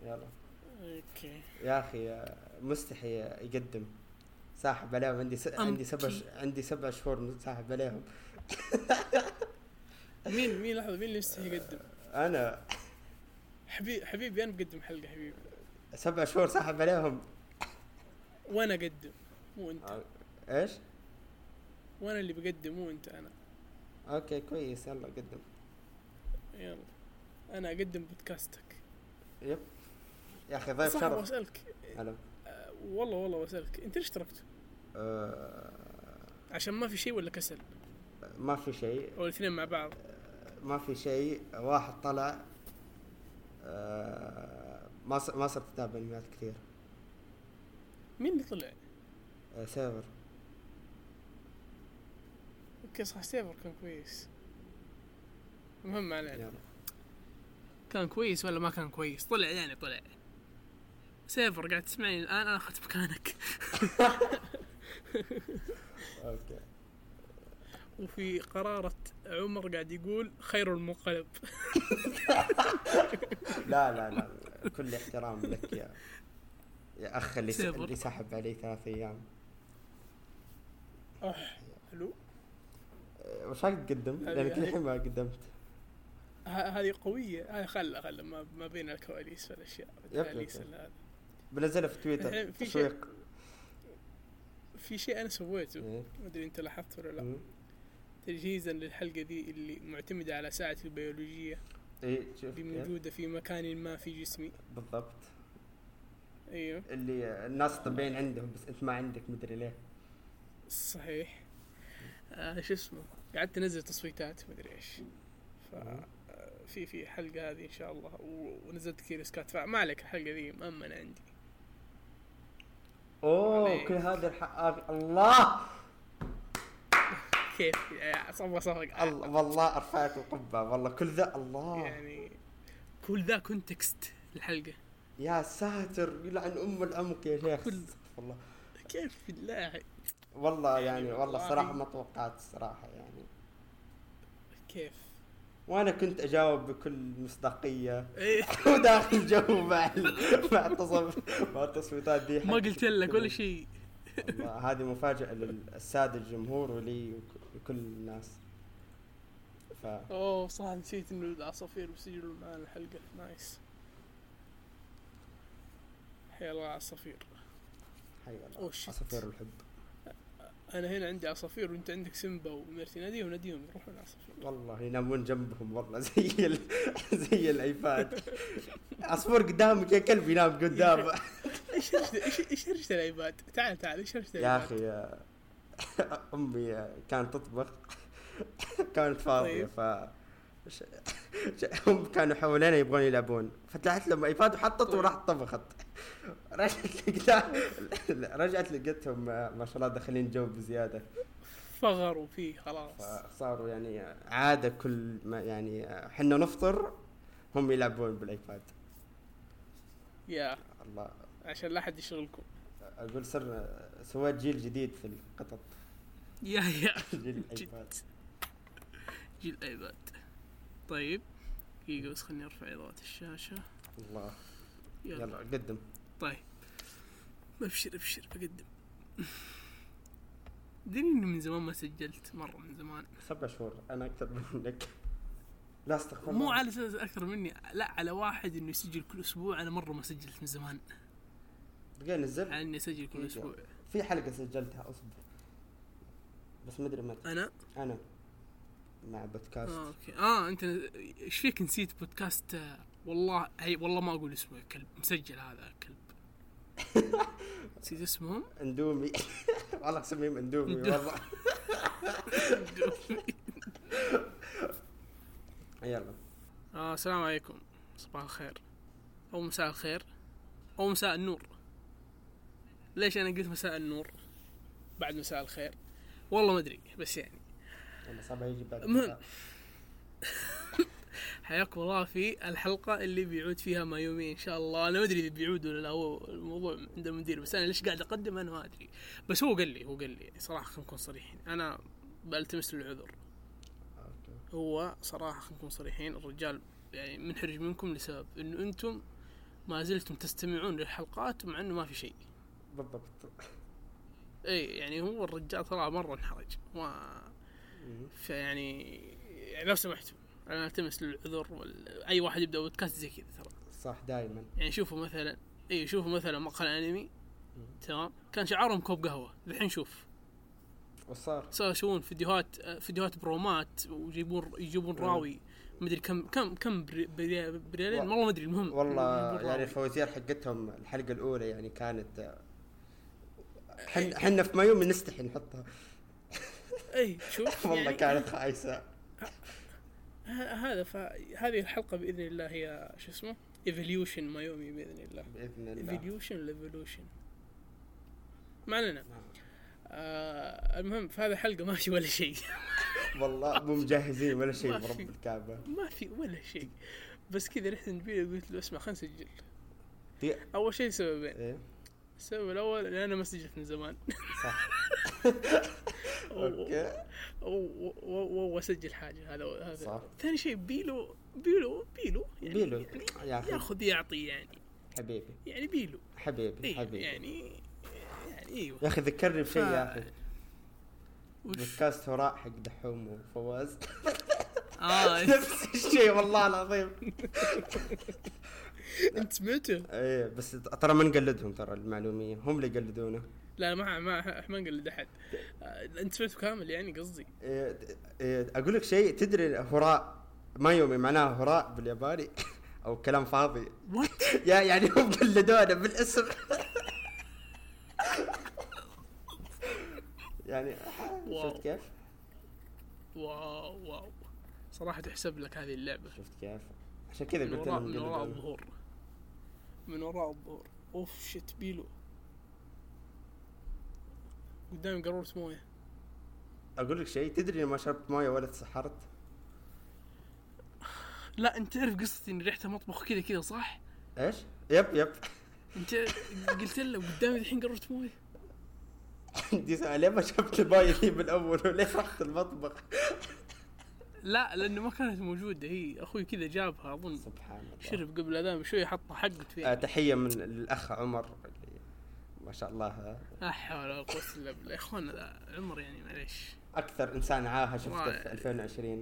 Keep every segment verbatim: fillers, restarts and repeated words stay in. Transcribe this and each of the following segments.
يلا. اوكي يا اخي مستحي يقدم، ساحب عليهم. عندي س... عندي سبع ش... عندي سبع شهور ساحب عليهم. مين مين لحظه، مين اللي يستحي يقدم؟ انا حبيب حبيبي انا بقدم حلقه حبيبي. سبع شهور ساحب عليهم. وانا اقدم مو انت. آه. ايش؟ وانا اللي بقدم مو انت. انا اوكي كويس، يلا قدم. يلا انا اقدم بودكاستك. يب يا اخي ضيف صح شرف. بسألك هلا. أه والله والله بسألك انت ليش تركته؟ أه... عشان ما في شيء ولا كسل ما في شيء، او الاثنين مع بعض؟ ما في شيء. واحد طلع أه... ما ص... ما صرت اتابع انميات كثير. مين اللي طلع؟ أه... سيفر. اوكي صح سيفر كان كويس. المهم علينا، يلا. كان كويس ولا ما كان كويس؟ طلع يعني طلع. سيفر قاعد تسمعني الآن، أنا أخذت مكانك. اوكي. وفي قرارة عمر قاعد يقول خير المنقلب. لا لا لا، كل احترام لك يا يا اخ اللي س... سيفر. اللي سحب علي ثلاث ايام. أح حلو. أه... وش راح تقدم؟ هذه- لانك هذه- الحين ما قدمت. ه- هذه قوية. هذه خلى خلى ما ما بين الكواليس والأشياء. يب، الكواليس يب. هذا بنزلها في تويتر الحين في شيء- تسويق. في شيء أنا سويته، إيه. ما أدري أنت لاحظت ولا لا. مم. تجهيزا للحلقة دي اللي معتمدة على ساعة البيولوجية ايه شوف اللي كيف. موجودة في مكان ما في جسمي. بالضبط. أيوه اللي الناس الطبيعيين عندهم بس انت ما عندك، مدري ليه. صحيح. آه شو اسمه، قعدت انزل تصويتات مدري ايش. ف آه، في في حلقه هذه ان شاء الله، و- ونزلت كثير سكات. فما عليك الحلقه دي مأمنة عندي. اوه عليك. كل هذا الحق الله. كيف يعني صفق صفق الله والله ارفعك القبه والله كل ذا الله. يعني كل ذا كونتكست الحلقه. يا ساتر يلعن ام العمق يا شيخ. كل- والله كيف بالله والله يعني والله والله. الصراحه ما توقعت الصراحه يعني. كيف وانا كنت اجاوب بكل مصداقيه إيه. وداخل جو مع ال- مع التصويت مع التصويتات دي. ما قلت لك ولا شيء. والله هذه مفاجأة للسادة الجمهور ولي وكل الناس. ف اوه صح نسيت انه العصافير بيسجلوا معنا الحلقه. نايس. حيا الله عصافير. حي أوه الله شيت. عصافير الحب. انا هنا عندي عصافير وانت عندك سيمبا وميرتي. ناديهم ناديهم يروحون عصافير. والله ينامون جنبهم والله زي ال... زي الايباد. عصفور قدامك يا كلب ينام قدامه. ايش ايش ايش هرجت الايباد؟ تعال تعال ايش هرجت يا الايباد؟ اخي يا- امي كانت تطبخ كانت فاضية. ف ش- ش- هم كانوا حوالينا يبغون يلعبون، فتحت لهم ايباد وحطت طيب. وراحت طبخت. رجعت لقيتها رجعت لقيتهم ما شاء الله داخلين جو بزيادة. فغروا فيه خلاص. فصاروا يعني عادة كل ما يعني حنا نفطر هم يلعبون بالايباد. يا الله. عشان لا حد يشغلكم. اقول صرنا سويت جيل جديد في القطط. يا يا جيل الايباد. جيل الايباد. طيب دقيقة بس خلني ارفع اضاءة الشاشة. الله. يلا, يلا قدم. طيب ابشر ابشر بقدم. ديني اني من زمان ما سجلت، مرة من زمان. سبع شهور انا اكثر منك. لا استغفر مو الله. على اساس اكثر مني، لا على واحد انه يسجل كل اسبوع. انا مرة ما سجلت من زمان. دقيقة نزل على اني اسجل كل اسبوع. في حلقة سجلتها اصبر بس ما ادري متى. انا انا مع بودكاست. آه، اوكي اه انت ايش فيك نسيت بودكاست؟ آه، والله هي والله ما اقول اسمه يا كلب. مسجل هذا الكلب. نسيت اسمهم. اندومي. والله اسميهم اندومي اندومي. والله. يلا. آه السلام عليكم، صباح الخير او مساء الخير او مساء النور. ليش انا قلت مساء النور بعد مساء الخير؟ والله ما ادري، بس يعني والله صعب يجي بعد. المهم حياكم الله في الحلقة اللي بيعود فيها ما يومي إن شاء الله. أنا ما أدري إذا بيعود ولا لا، هو الموضوع عند المدير، بس أنا ليش قاعد أقدم أنا ما أدري. بس هو قال لي هو قال لي صراحة خلينا نكون صريحين، أنا بلتمس له العذر. هو صراحة خلينا نكون صريحين، الرجال يعني منحرج منكم لسبب إنه أنتم ما زلتم تستمعون للحلقات مع انه ما في شيء. بالضبط. اي يعني هو الرجال طلع مره انحرج ما فيعني يعني لو سمحتوا انا التمس للعذر وال... اي واحد يبدا بودكاست زي كذا ترى. صح دائما. يعني شوفوا مثلا اي شوفوا مثلا مقهى انمي تمام كان شعارهم كوب قهوه الحين شوف وصار صار يسوون فيديوهات فيديوهات برومات ويجيبون يجيبون راوي مدري كم كم كم بريالين والله ما ادري المهم والله يعني الفوازير حقتهم الحلقه الاولى يعني كانت حن حنا في مايومي نستحي نحطها. اي شوف والله يعني كانت خايسه هذا فهذه الحلقه باذن الله هي شو اسمه ايفوليوشن مايومي باذن الله باذن الله ايفوليوشن ايفولوشن ما علينا. آه المهم في هذه الحلقه ماشي ولا شيء. والله مو مجهزين ولا شيء برب الكعبه ما في ولا شيء بس كذا رحت نبيل قلت له اسمع خلينا نسجل. اول شيء سببين. إيه؟ السبب الاول ان انا ما سجلت من زمان. صح. اوكي واسجل حاجه هذا هذا صح. ثاني شيء بيلو بيلو بيلو يعني بيلو يعني ياخذ يعطي يعني حبيبي يعني بيلو حبيبي إيه حبيبي يعني يعني ايوه يا اخي ذكرني بشيء ف... يا اخي بودكاست هراء حق دحوم وفواز. اه نفس الشيء والله العظيم. انت سمعته؟ ايه بس ترى ما نقلدهم ترى المعلوميه هم اللي يقلدونه. لا ما ما ما نقلد احد. انت سمعته كامل يعني قصدي. إيه إيه اقول لك شيء تدري هراء مايومي معناها هراء بالياباني او كلام فاضي. يا يعني هم قلدونا بالاسم. يعني شفت كيف؟ واو واو صراحة تحسب لك هذه اللعبة. شفت كيف؟ عشان كذا قلت لهم من وراء الظهور من وراء الظهور. اوف شت بيلو قدامي قارورة موية. اقول لك شيء تدري ما شربت موية ولا تسحرت؟ لا انت تعرف قصتي ان ريحتها مطبخ كذا كذا صح؟ ايش؟ يب يب انت قلت له قدامي الحين قارورة موية. دي سؤال ليه ما شربت الموية دي من اول وليه رحت المطبخ؟ لا لانه ما كانت موجوده هي اخوي كذا جابها اظن سبحان الله شرب قبل اذان بشوي حطها حقت فيها. آه تحيه من الاخ عمر اللي ما شاء الله لا حول ولا قوه الا بالله. يا اخوان عمر يعني معليش اكثر انسان عاهه شفته في ألفين وعشرين.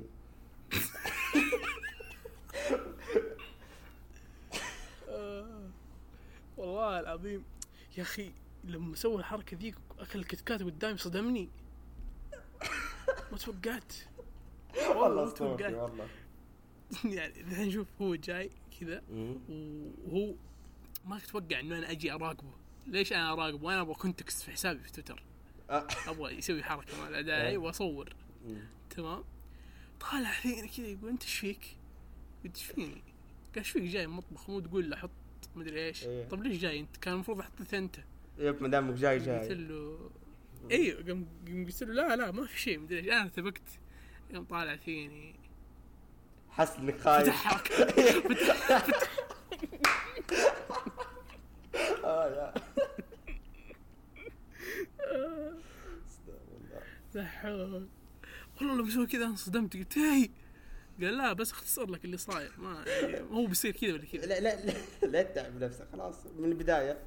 آه والله العظيم يا اخي لما سوى الحركه ذيك اكل الكتكات قدامي صدمني ما توقعت والله توقعت والله. يعني الحين شوف هو جاي كذا وهو ما تتوقع انه انا اجي اراقبه. ليش انا اراقبه وانا ابغى كونتكست في حسابي في تويتر ابغى يسوي حركه ما لها داعي واصور تمام. طالع فيني كذا يقول انت ايش فيك؟ قلت ايش فيني؟ قال ايش فيك جاي المطبخ مو تقول له حط مدري ايش. طب ليش جاي انت؟ كان المفروض احطه انت. يب ما دامك جاي جاي قلت له ايوه قام قلت له لا لا ما في شيء مدري ايش. انا ارتبكت يوم طالع فيني حس انك خايف. فتح اه يا والله والله لو بسوي كذا انصدمت قلت هاي. قال لا بس اختصر لك اللي صاير ما يعني هو بيصير كذا ولا كذا. لا لا لا تتعب نفسك خلاص من البدايه.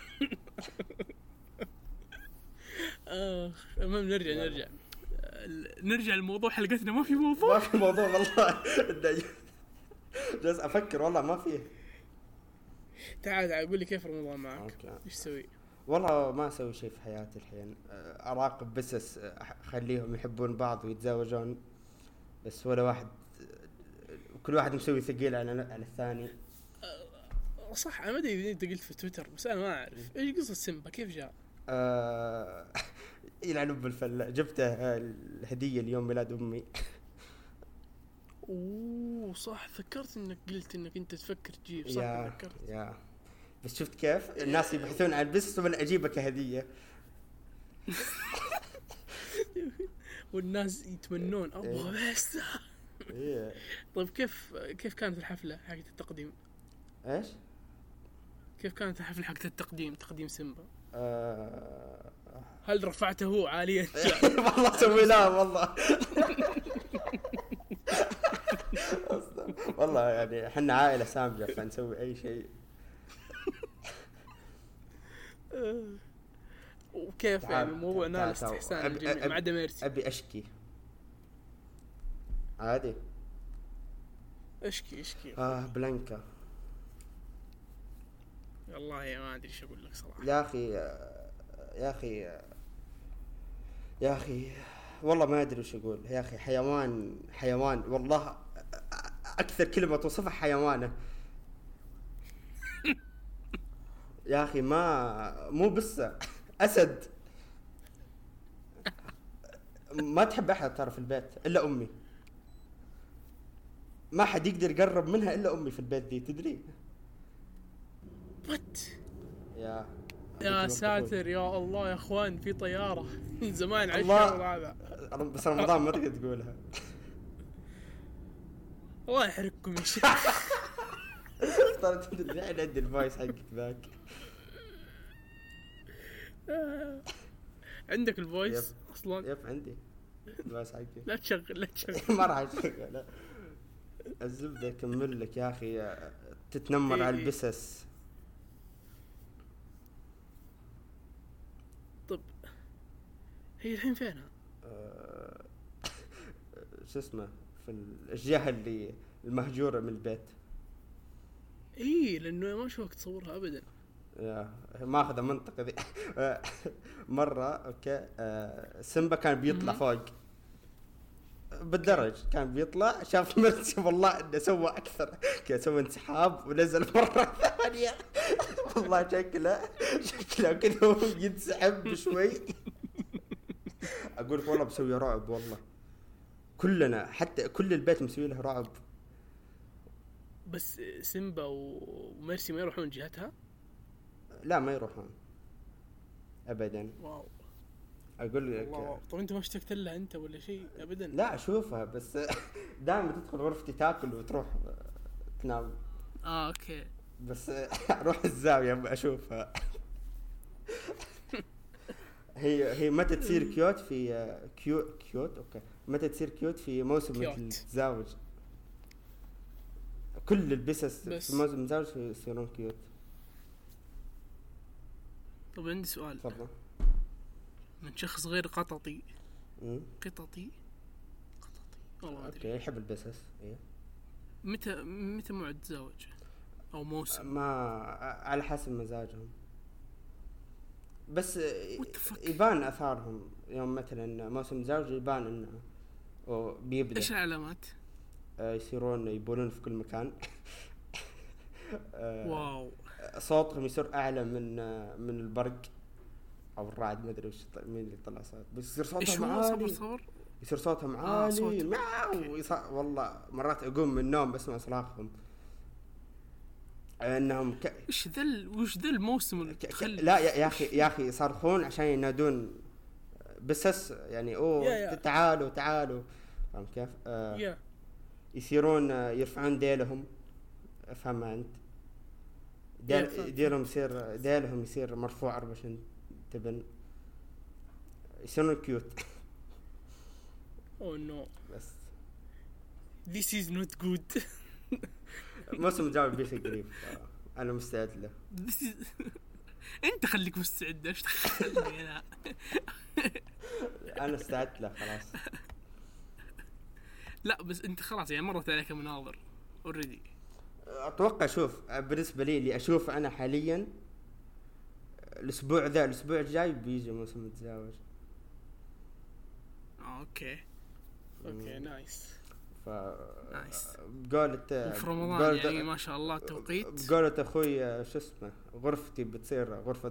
آه المهم نرجع نرجع نرجع لموضوع حلقتنا. ما في موضوع ما في موضوع والله. جالس افكر والله ما فيه. تعال تعال قول لي كيف رمضان معك؟ ايش تسوي؟ والله ما اسوي شيء في حياتي الحين. اراقب بس اخليهم يحبون بعض ويتزاوجون بس ولا واحد كل واحد مسوي ثقيل على على الثاني. أه صح انا ما ادري اذا انت قلت في تويتر بس انا ما اعرف ايش قصه سيمبا كيف جاء. آه يلعن بالفله جبته الهديه اليوم ميلاد امي. اوه صح ذكرت انك قلت انك انت تفكر تجيب صح يا ذكرت يا بس شفت كيف الناس يبحثون عن البس ومن اجيبك هديه. والناس يتمنون ابغى بس. ايه طيب كيف كيف كانت الحفله حقت التقديم؟ ايش كيف كانت الحفله حقت التقديم تقديم سيمبا؟ آه... هل رفعته عاليا؟ والله سوي لا والله. والله يعني احنا عائله سامجه فنسوي اي شيء. وكيف يعني الموضوع نال استحسان الجميع ما عدا ميرسي. ابي اشكي عادي اشكي اشكي اه بلانكا والله ما ادري ايش اقول لك صراحه يا اخي يا اخي يا اخي والله ما ادري وش اقول يا اخي. حيوان حيوان والله اكثر كلمه توصفها حيوانه يا اخي. ما مو بس اسد ما تحب احد ترى في البيت الا امي. ما حد يقدر يقرب منها الا امي في البيت دي تدري. وات يا يا ساتر يا الله يا اخوان في طياره من زمان عايش هذا بس رمضان ما تقدر تقولها. الله يحرقكم يا شيخ. ترى تدري عندي الفويس حقك ذاك. عندك الفويس اصلا؟ يب عندي الفويس حقي. لا تشغل لا تشغل ما راح اشغل. الزبده اكمل لك يا اخي. تتنمر إيه على البسس. طب هي الحين فينها؟ أه... شو اسمه في الجهه اللي المهجوره من البيت. ايه لانه ما اشوفك تصورها ابدا. يا ماخذ المنطقه ذي. مره اوكي أه... سيمبا كان بيطلع فوق بالدرج. كان بيطلع شاف ميرسي والله انه سوى اكثر كذا. سوى انسحاب ونزل مره ثانيه. والله شكله شكله كذا هو ينسحب شوي. اقول والله بسوي رعب والله. كلنا حتى كل البيت مسوي له رعب. بس سيمبا وميرسي ما يروحون جهتها؟ لا ما يروحون ابدا. واو اقول لك. طب انت ما اشتقت لها انت ولا شيء ابدا؟ لا اشوفها بس دائما تدخل غرفتي تاكل وتروح تنام. اه اوكي. بس اروح الزاويه اشوفها. هي هي متى تصير كيوت في كيوت كيوت اوكي متى تصير كيوت في موسم التزاوج. كل البسس في موسم التزاوج يصيرون كيوت. طب عندي سؤال. تفضل. من شخص غير قططي امم قططي قططي والله ما ادري. اوكي يحب البسس. ايه متى متى موعد التزاوج او موسم؟ ما على حسب مزاجهم. بس يبان اثارهم يوم مثلا موسم التزاوج يبان انه بيبدا. ايش العلامات؟ آه يصيرون يبولون في كل مكان. آه واو. صوتهم يصير اعلى من آه من البرق او الرعد. ما ادري وش مين اللي طلع صوت بس يصير صوتهم عالي. صبر يصير صوتهم عالي. آه والله مرات اقوم من النوم بسمع صراخهم. انهم ك... ايش ذا وش ذا الموسم اللي ك... لا يا اخي يا اخي يصرخون عشان ينادون بسس يعني اوه يا يا. تعالوا تعالوا. فهم كيف؟ آه يا. يصيرون آه يرفعون ديلهم. افهم انت ديل... ديلهم يصير ديلهم يصير مرفوع أربعة وعشرين تبن. يصيرون كيوت. اوه نو بس this is not good. موسم جاوب بيصير قريب. انا مستعد له. انت خليك مستعد. ايش تخليني انا؟ انا استعدت له خلاص. لا بس انت خلاص يعني مرت عليك مناظر اوريدي. اتوقع شوف بالنسبه لي اللي اشوف انا حاليا الاسبوع ذا الاسبوع الجاي بيجي موسم التزاوج. اوكي اوكي نايس. ف نايس. قالت في رمضان يعني ما شاء الله توقيت. قالت اخوي شو اسمه غرفتي بتصير غرفه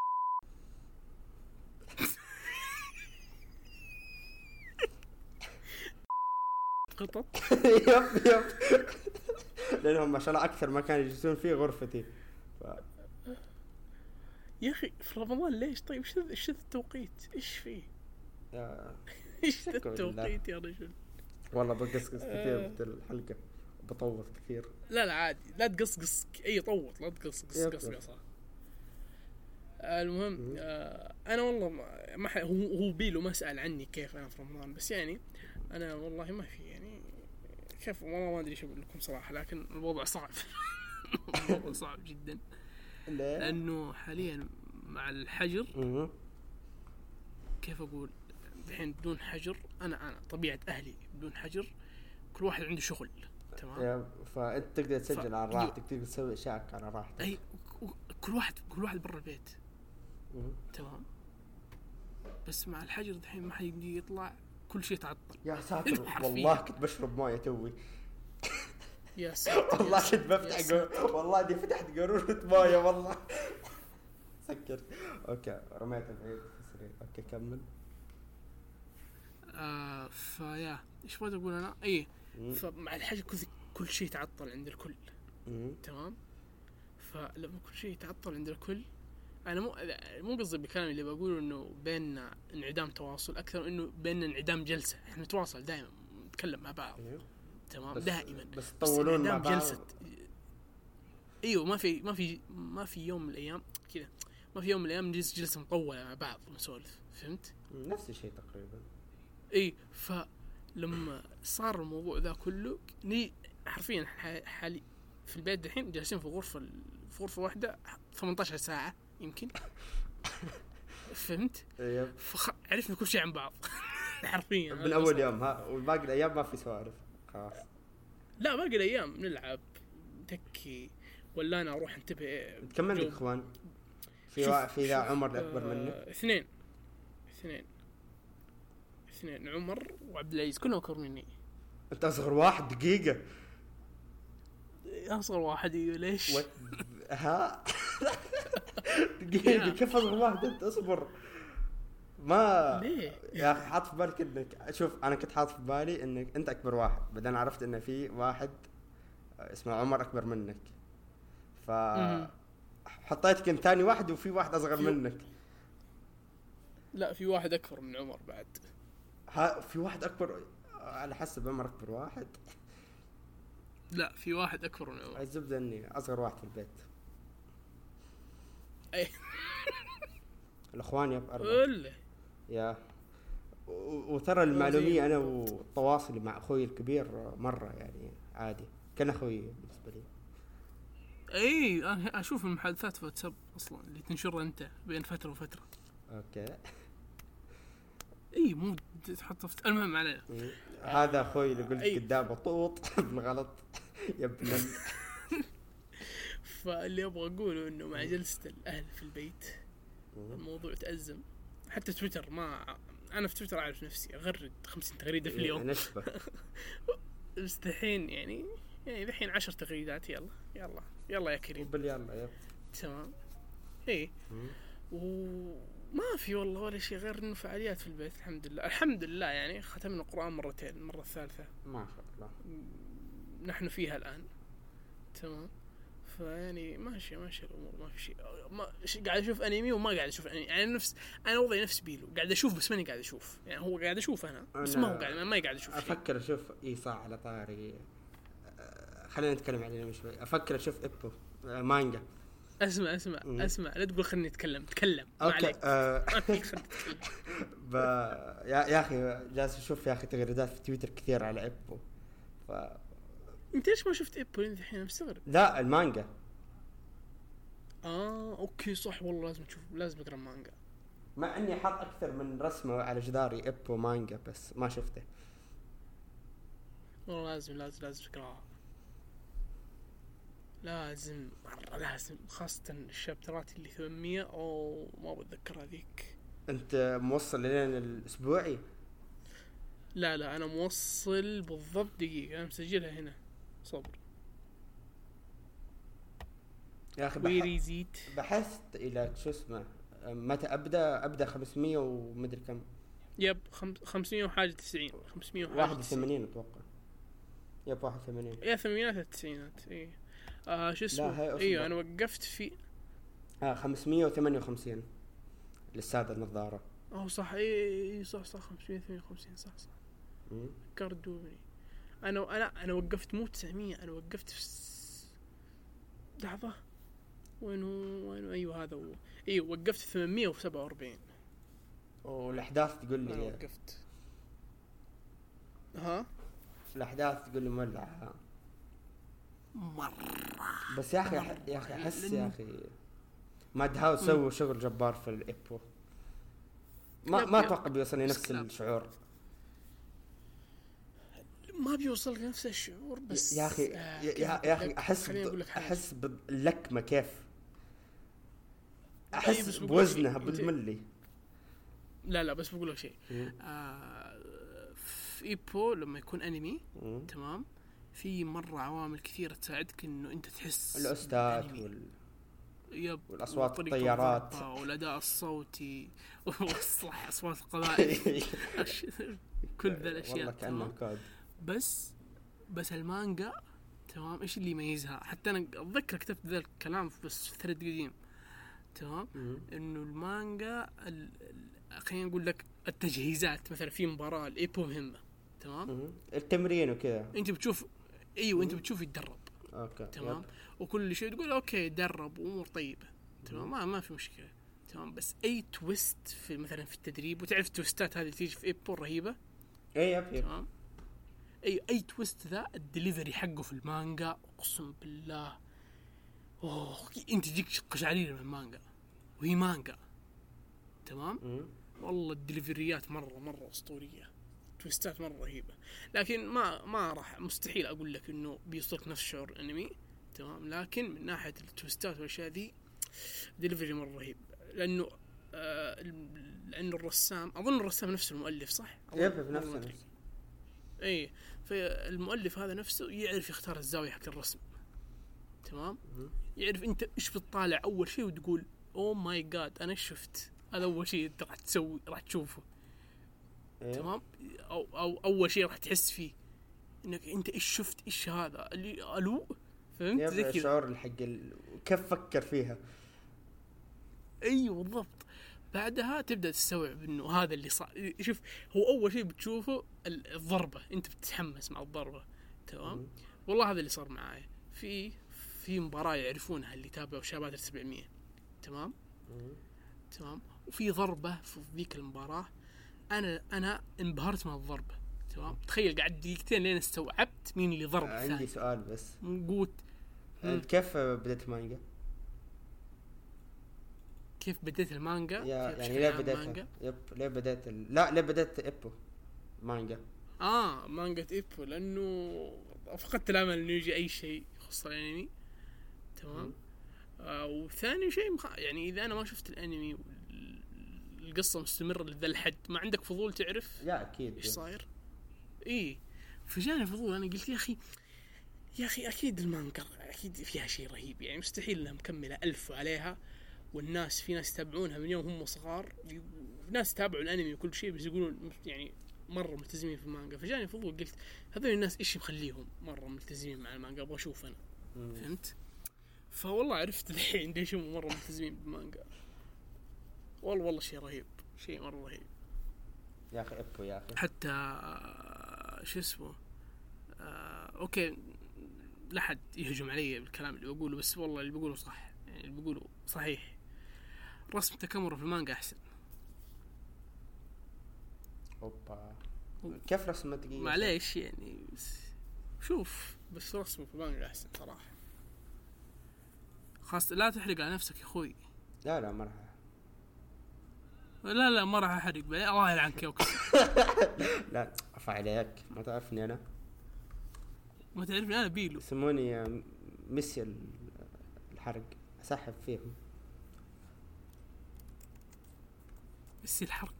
قطط. يب يب لانهم ما شاء الله اكثر مكان يجلسون فيه غرفتي. ف... يا اخي في رمضان ليش طيب؟ ايش ايش التوقيت ايش فيه؟ يا ايش التوقيت يا رجل؟ والله بقصقص كثير في الحلقه بطوط كثير. لا لا عادي لا تقصقص اي طوط لا تقصقص قصقصه. المهم آه انا والله ما, ما هو هو بيلو ما سأل عني كيف انا في رمضان بس يعني انا والله ما في يعني كيف والله ما ادري ايش اقول لكم صراحه لكن الوضع صعب. الوضع صعب جدا لانه حاليا مع الحجر مم. كيف اقول الحين بدون حجر، انا انا طبيعه اهلي بدون حجر كل واحد عنده شغل تمام. يا فانت تقدر تسجل ف... على راحتك، تقدر تسوي اشياءك على راحتك. اي كل واحد كل واحد برا البيت مم. تمام. بس مع الحجر الحين ما حد يمدي يطلع، كل شيء تعطل. يا ساتر والله كنت بشرب مويه توي. يا ساتر والله كنت بفتح قارورة، والله دي فتحت قارورة مويه والله. سكر. اوكي رميت بعيد في السرير. اوكي كمل. آه فيا ايش بدي اقول انا اي فمع الحجر كل كل شيء تعطل عند الكل. مم. تمام. فلما كل شيء يتعطل عند الكل، انا مو مو قصدي بكلامي اللي بقوله انه بيننا انعدام تواصل، اكثر انه بيننا انعدام جلسه. احنا نتواصل دائما، نتكلم مع بعض تمام بس دائما، بس تطولون مع بعض. جلسه ايوه ما في ما في ما في يوم من الايام كذا، ما في يوم من الايام نجلس جلسه مطوله مع بعض ونسولف، فهمت؟ نفس الشيء تقريبا. اي فلما صار الموضوع ذا كله ني حرفيا حالي في البيت دحين جالسين في غرفه في غرفه واحده ثمانية عشر ساعه يمكن. فهمت؟ فعرفنا كل شيء عن بعض حرفيا من اول يوم ها، والباقي الايام ما في سوالف خلاص. لا باقي الايام نلعب تكي ولا انا اروح انتبه. كم عندك اخوان؟ في وا... في ذا عمر اكبر منك؟ آه اثنين اثنين اثنين عمر وعبد العزيز كلهم اكبر مني. انت اصغر واحد دقيقه. اصغر واحد ليش و... ها دقيقه كيف اصغر واحد انت؟ اصبر ما ليه يا اخي حاط في بالك انك شوف انا كنت حاط في بالي انك انت اكبر واحد، بعدين عرفت ان في واحد اسمه عمر اكبر منك، ف حطيتك انت ثاني واحد وفي واحد اصغر في... منك. لا في واحد اكبر من عمر بعد. ها في واحد اكبر على حسب عمر اكبر واحد. لا في واحد اكبر من عمر. الزبده اني اصغر واحد في البيت. اي الاخوان يا أربعة يا و... وترى المعلوميه انا والتواصل مع اخوي الكبير مره يعني عادي، كان اخوي بالنسبه لي. اي انا اشوف المحادثات في واتساب اصلا اللي تنشرها انت بين فتره وفتره. اوكي اي مو تحطه في المهم علينا. هذا اخوي اللي قلت قدامه طوط بالغلط يا ابن فاللي ابغى اقوله انه مع جلسه الاهل في البيت الموضوع تأزم. حتى تويتر ما انا في تويتر اعرف نفسي اغرد خمسين تغريده في اليوم نشبه بس دحين يعني يعني دحين عشر تغريدات يلا يلا يلا يا كريم بل يلا يلا تمام. ايه وما في والله ولا شيء غير انه فعاليات في البيت الحمد لله الحمد لله. يعني ختمنا القرآن مرتين، المره الثالثه ما شاء الله نحن فيها الان تمام. فيعني ماشي ماشي الامور ما في شيء. ما قاعد اشوف انمي وما قاعد اشوف انمي يعني نفس انا وضعي نفس بيلو، قاعد اشوف بس ماني قاعد اشوف. يعني هو قاعد اشوف انا بس ما هو قاعد ما قاعد اشوف شيء. افكر اشوف اي صح على طاري خلينا نتكلم عن الانمي شوي. افكر اشوف ابو مانجا. اسمع اسمع م. اسمع لا تقول خلني اتكلم تكلم ما عليك. آه ب... يا يا اخي جالس اشوف يا اخي تغريدات في تويتر كثير على ابو. ف انت ليش ما شفت ابو الحين؟ مستغرب. لا المانجا. اه اوكي صح والله لازم تشوف لازم اقرا مانجا. مع اني حاط اكثر من رسمه على جداري ابو مانجا بس ما شفته. والله لازم لازم لازم تقراها لازم مرة لازم، خاصة الشابترات اللي ثمانمية او ما بتذكر هذيك. انت موصل لين الاسبوعي؟ لا لا انا موصل بالضبط دقيقة انا مسجلها هنا صبر يا اخي. ويريزيت بحثت الى شو اسمه متى ابدا ابدا خمسمية ومدري كم. يب خمسمية وحاجة تسعين خمسمية واحد وثمانين اتوقع. يب واحد وثمانين يا ثمانينات التسعينات. ايه آه شو اسمه ايوه انا وقفت في اه خمسمية وثمانية وخمسين للسادة النظارة. اه صح ايه صح صح خمسمية وثمانية وخمسين صح صح كاردوني. انا انا انا وقفت مو تسعمية انا وقفت في لحظة وينه وينه ايوه هذا هو ايوه وقفت في ثمانمية وسبعة وأربعين. والاحداث تقول لي انا وقفت ها الاحداث تقول لي مولعة مرة بس يا اخي يا اخي احس يا اخي ماد هاوس سووا شغل جبار في الإيبو. ما ما اتوقع بيوصلني نفس الشعور. ما بيوصل نفس الشعور بس يا اخي آه يا, يا اخي احس احس باللكمه كيف احس بوزنها بالملي. لا لا بس بقول لك شيء آه في ايبو لما يكون انمي مم. تمام في مره عوامل كثيره تساعدك انه انت تحس الاستاذ وال يب والاصوات الطيارات والاداء الصوتي والصح اصوات القبائل كل ذا الاشياء تمام. بس بس المانجا تمام ايش اللي يميزها؟ حتى انا اتذكر كتبت ذا الكلام بس في ثريد قديم تمام انه المانجا خلينا نقول لك التجهيزات مثلا في مباراه الايبو مهمه تمام التمرين وكذا انت بتشوف ايوه انت بتشوف يتدرب اوكي تمام يب. وكل شيء تقول اوكي درب وامور طيبه تمام ما ما في مشكله تمام. بس اي تويست في مثلا في التدريب وتعرف التويستات هذه تيجي في ايبو رهيبه اي يب تمام اي اي تويست ذا الدليفري حقه في المانجا اقسم بالله اوه انت تجيك قشعريره من المانجا وهي مانجا تمام م- والله الدليفريات مره مره اسطوريه تويستات مره رهيبه. لكن ما ما راح مستحيل اقول لك انه بيوصلك نفس شعور الانمي تمام. لكن من ناحيه التويستات والاشياء ذي دليفري مره رهيب لانه آه لانه الرسام اظن الرسام نفسه المؤلف صح يب بنفسه اي فالمؤلف هذا نفسه يعرف يختار الزاويه حق الرسم تمام م- يعرف انت ايش بتطالع اول شيء وتقول اوه ماي جاد انا شفت هذا اول شيء راح تسوي راح تشوفه إيه؟ تمام او او اول شيء راح تحس فيه انك انت ايش شفت ايش هذا اللي الو فهمت زي كذا الشعور الحق ال... كيف فكر فيها. ايوه بالضبط. بعدها تبدا تستوعب انه هذا اللي صار. شوف هو اول شيء بتشوفه الضربه انت بتتحمس مع الضربه تمام م- والله هذا اللي صار معايا في في مباراه يعرفونها اللي تابعوا شباب سبعمية تمام م- تمام وفي ضربه في ذيك المباراه انا انا انبهرت من الضربه تمام. تخيل قعد دقيقتين لين استوعبت مين اللي ضرب. عندي ثاني. سؤال بس قوت انت كيف بدأت المانجا؟ كيف بدأت المانجا يعني ليه بدأت يب ليه بدأت ال... لا ليه بدأت ايبو مانجا اه مانجا ايبو لانه فقدت الامل انه يجي اي شيء يخص الانمي تمام آه وثاني شيء مخ... يعني اذا انا ما شفت الانمي القصة مستمرة لذا الحد ما عندك فضول تعرف لا أكيد إيش صاير إيه فجاني فضول. أنا قلت يا أخي يا أخي أكيد المانجا أكيد فيها شيء رهيب يعني مستحيل إنها مكملة ألف عليها والناس في ناس يتابعونها من يوم هم صغار ناس تابعوا الأنمي وكل شيء بس يقولون يعني مرة ملتزمين في المانجا. فجاني فضول قلت هذول الناس إيش مخليهم مرة ملتزمين مع المانجا أبغى أشوف أنا م. فهمت. فوالله عرفت الحين ليش هم مرة ملتزمين بالمانجا. والله والله شيء رهيب شيء مرة رهيب يا أخي أبو يا أخي حتى آه شو اسمه آه أوكي لا حد يهجم علي بالكلام اللي بقوله بس والله اللي بقوله صح يعني اللي بقوله صحيح. رسم تكامل في المانجا أحسن. أوبا كيف رسمه دقيقة معليش يعني شوف بس رسمه في المانجا أحسن صراحة. خاص لا تحرق على نفسك يا أخوي. لا لا ما راح لا لا ما راح احرق بي الله يلعنك يا وكس. لا افا عليك ما تعرفني انا ما تعرفني انا بيلو يسموني ميسي الحرق اسحب فيهم ميسي الحرق.